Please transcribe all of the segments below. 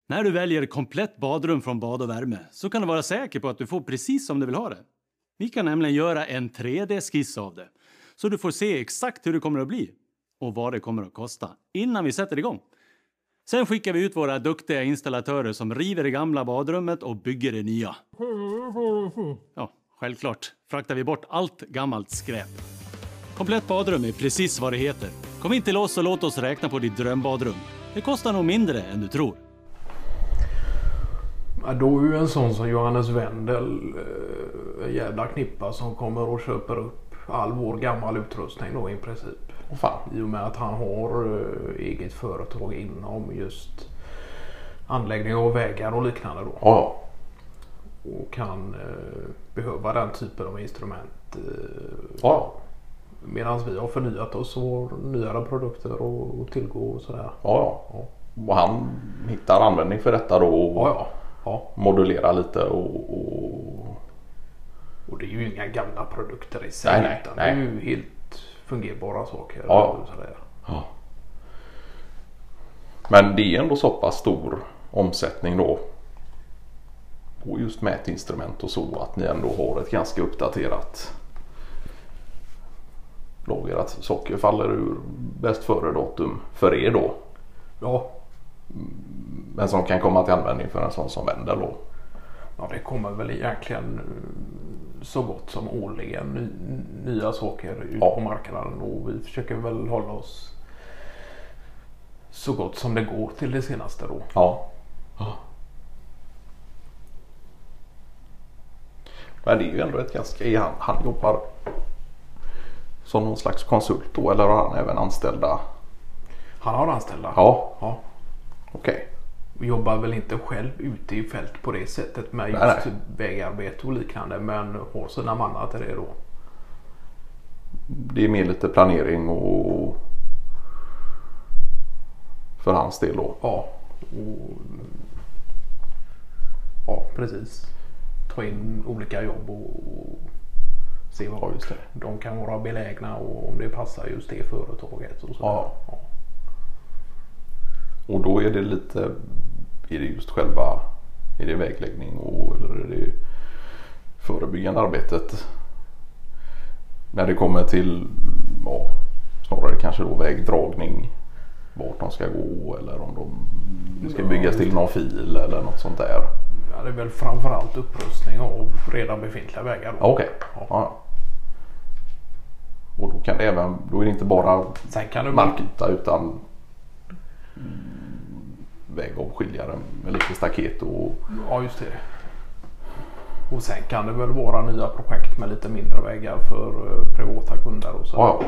När du väljer komplett badrum från Bad och Värme så kan du vara säker på att du får precis som du vill ha det. Vi kan nämligen göra en 3D-skiss av det, så du får se exakt hur det kommer att bli och vad det kommer att kosta innan vi sätter igång. Sen skickar vi ut våra duktiga installatörer som river det gamla badrummet och bygger det nya. Ja, självklart fraktar vi bort allt gammalt skräp. Komplett badrum är precis vad det heter. Kom in till oss och låt oss räkna på ditt drömbadrum. Det kostar nog mindre än du tror. Ja, då är ju en sån som Johannes Wendel en jävla knippa som kommer och köper upp all vår gammal utrustning då i princip. Fan. I och med att han har eget företag inom just anläggning av vägar och liknande då. Ja. Och kan behöva den typen av instrument. Ja. Medan vi har förnyat oss och har nyare produkter och tillgå och sådär. Ja. Och han hittar användning för detta då och modulerar lite och det är ju inga gamla produkter i sig. Nej. Det är ju helt fungerbara saker. Ja. Och sådär. Ja. Men det är ändå så pass stor omsättning då på just mätinstrument och så att ni ändå har ett ganska uppdaterat lager, att saker faller ur bäst före datum för er då. Ja. Men som kan komma till användning för en sån som Wendel då. Ja, det kommer väl egentligen så gott som årligen nya saker ut på marknaden och vi försöker väl hålla oss så gott som det går till det senaste då. Ja. Men det är ju ändå ett ganska... Han jobbar som någon slags konsult då, eller har han även anställda? Han har anställda. Ja. Okej. Och jobbar väl inte själv ute i fält på det sättet med just vägarbete och liknande, men har sina mannar till det då. Det är mer lite planering och för hans del då. Ja, precis. Ta in olika jobb och se vad just det. De kan vara belägna och om det passar just det företaget och så. Ja. Och då är det lite, är det just själva, är det vägläggning eller är det förebyggande arbetet när det kommer till snarare kanske då vägdragning, vart de ska gå eller om det ska byggas till någon fil eller något sånt där. Ja, det är väl framförallt upprustning av redan befintliga vägar. Okej. Ja. Och då kan det även, då är det inte bara markyta utan vägavskiljare med lite staket och... Ja, just det. Och sen kan det väl vara nya projekt med lite mindre vägar för privata kunder och så. Ja.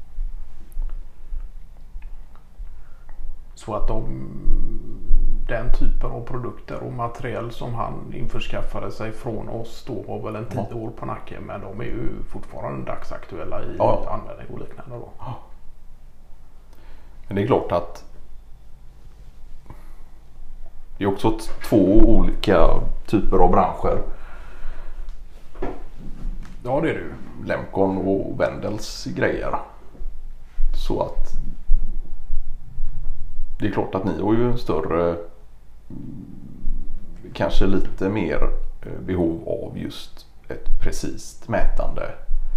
Så att den typen av produkter och material som han införskaffade sig från oss då har väl en 10 år på nacken, men de är ju fortfarande dagsaktuella i användning och liknande då. Ja. Men det är klart att det är också två olika typer av branscher. Ja, det är det ju. Lemcon och Wendels grejer. Så att det är klart att ni har ju en större, kanske lite mer behov av just ett precis mätande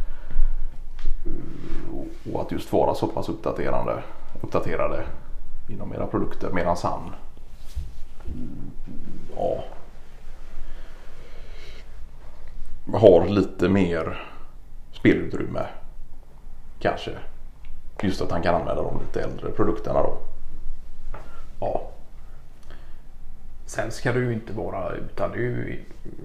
och att just vara så pass uppdaterade inom era produkter, medan han har lite mer spelutrymme kanske, just att han kan använda de lite äldre produkterna då. Ja. Sen ska det ju inte vara, utan det är ju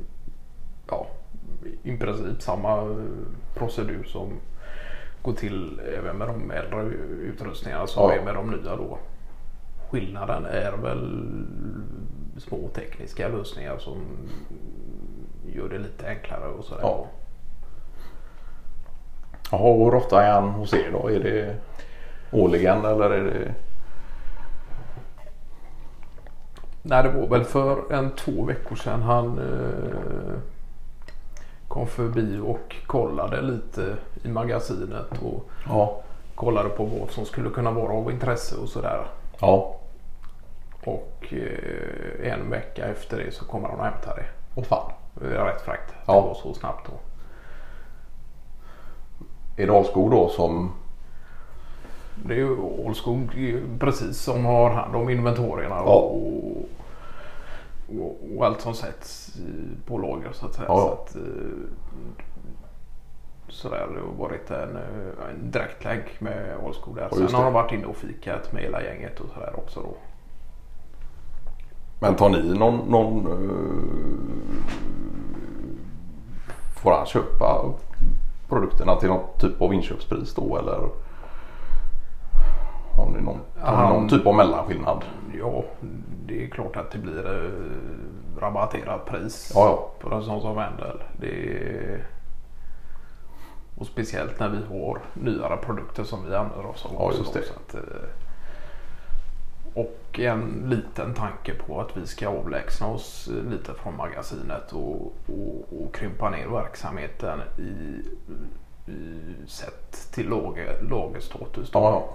i princip samma procedur som går till även med de äldre utrustningarna som är med de nya då. Skillnaden är väl små tekniska lösningar som gör det lite enklare och sådär. Ja. Jaha, och hur ofta är han hos er då? Är det årligen eller är det... Nej, det var väl för 2 veckor sedan han kom förbi och kollade lite i magasinet och kollade på vad som skulle kunna vara av intresse och sådär. Ja. Och en vecka efter det så kommer de att hämta det. Åh fan. Det är rätt fräckt. Det Ja. går så snabbt då. Är det Alskog då som... Det är ju Alskog precis som har hand om inventorierna Ja. och allt som sätts på lager så att säga. Ja. Så att, så där, det har varit en direktlägg med Alskog där. Ja, Sen just har det. de varit inne och fikat med hela gänget och sådär också då. Men tar ni någon får han köpa produkterna till någon typ av inköpspris då eller har ni någon typ av mellanskillnad? Ja, det är klart att det blir rabatterat pris Ja. på en sån som Wendel. Och speciellt när vi har nyare produkter som vi använder oss av. Ja, också just då, det. så att, och en liten tanke på att vi ska avlägsna oss lite från magasinet och krympa ner verksamheten i sett till lagerstatus. Ja.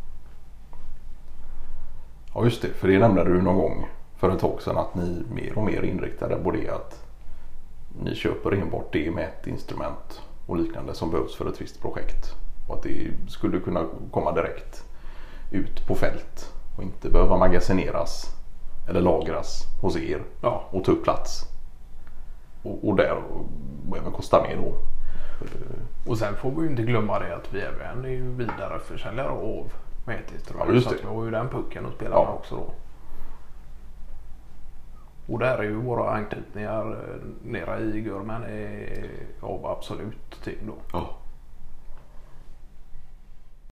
Ja just det, för det nämnde du någon gång för ett tag sedan att ni mer och mer inriktade på det att ni köper enbart det mätinstrument och liknande som behövs för ett visst projekt och att det skulle kunna komma direkt ut på fält och inte behöva magasineras eller lagras hos er och ta upp plats och där och även kosta mer då. Och sen får vi ju inte glömma det att vi även är ju vidareförsäljare av mätinstrument. Ja, just så det. att vi har ju den pucken att spela Ja. med också då. Och där är ju våra anknytningar nere i Görmen av absolut tyngd då. Ja.